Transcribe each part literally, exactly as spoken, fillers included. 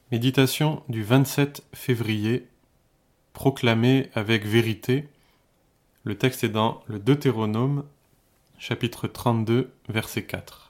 Méditation du vingt-sept février, proclamée avec vérité. Le texte est dans le Deutéronome, chapitre trente-deux, verset quatre.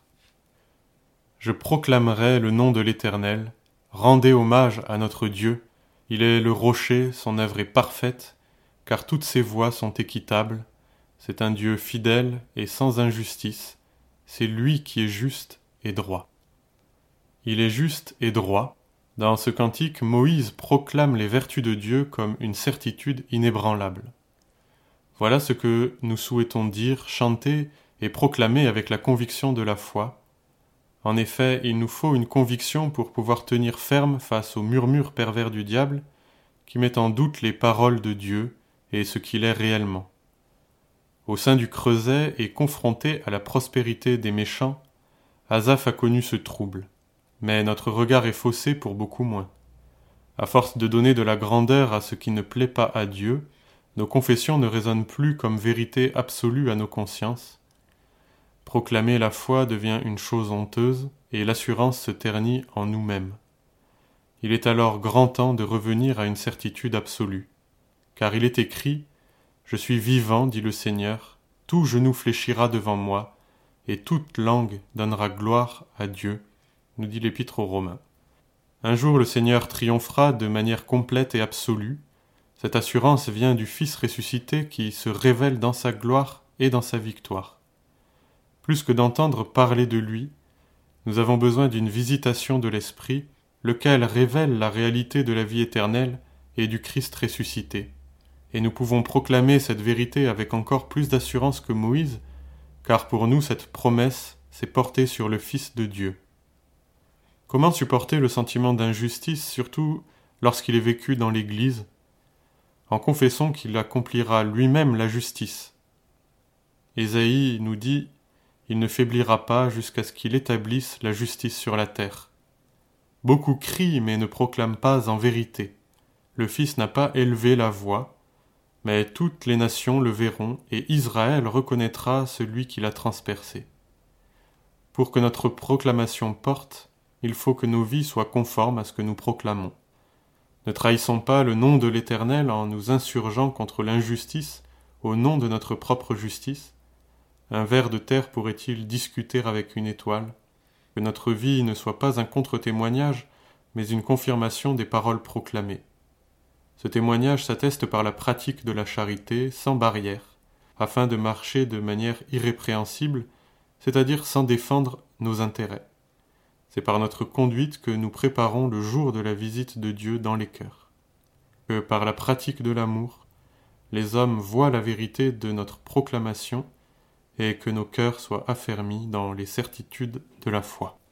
Je proclamerai le nom de l'Éternel, rendez hommage à notre Dieu, il est le rocher, son œuvre est parfaite, car toutes ses voies sont équitables, c'est un Dieu fidèle et sans injustice, c'est lui qui est juste et droit. Il est juste et droit. Dans ce cantique, Moïse proclame les vertus de Dieu comme une certitude inébranlable. Voilà ce que nous souhaitons dire, chanter et proclamer avec la conviction de la foi. En effet, il nous faut une conviction pour pouvoir tenir ferme face aux murmures pervers du diable qui met en doute les paroles de Dieu et ce qu'il est réellement. Au sein du creuset et confronté à la prospérité des méchants, Asaph a connu ce trouble. Mais notre regard est faussé pour beaucoup moins. À force de donner de la grandeur à ce qui ne plaît pas à Dieu, nos confessions ne résonnent plus comme vérité absolue à nos consciences. Proclamer la foi devient une chose honteuse et l'assurance se ternit en nous-mêmes. Il est alors grand temps de revenir à une certitude absolue. Car il est écrit « Je suis vivant, dit le Seigneur, tout genou fléchira devant moi, et toute langue donnera gloire à Dieu. » nous dit l'Épître aux Romains. Un jour le Seigneur triomphera de manière complète et absolue. Cette assurance vient du Fils ressuscité qui se révèle dans sa gloire et dans sa victoire. Plus que d'entendre parler de lui, nous avons besoin d'une visitation de l'Esprit, lequel révèle la réalité de la vie éternelle et du Christ ressuscité. Et nous pouvons proclamer cette vérité avec encore plus d'assurance que Moïse, car pour nous cette promesse s'est portée sur le Fils de Dieu. Comment supporter le sentiment d'injustice, surtout lorsqu'il est vécu dans l'Église, en confessant qu'il accomplira lui-même la justice. Ésaïe nous dit « Il ne faiblira pas jusqu'à ce qu'il établisse la justice sur la terre. » Beaucoup crient mais ne proclament pas en vérité. Le Fils n'a pas élevé la voix, mais toutes les nations le verront et Israël reconnaîtra celui qui l'a transpercé. Pour que notre proclamation porte, il faut que nos vies soient conformes à ce que nous proclamons. Ne trahissons pas le nom de l'Éternel en nous insurgeant contre l'injustice au nom de notre propre justice. Un ver de terre pourrait-il discuter avec une étoile? Que notre vie ne soit pas un contre-témoignage, mais une confirmation des paroles proclamées. Ce témoignage s'atteste par la pratique de la charité sans barrière, afin de marcher de manière irrépréhensible, c'est-à-dire sans défendre nos intérêts. C'est par notre conduite que nous préparons le jour de la visite de Dieu dans les cœurs. Que par la pratique de l'amour, les hommes voient la vérité de notre proclamation et que nos cœurs soient affermis dans les certitudes de la foi.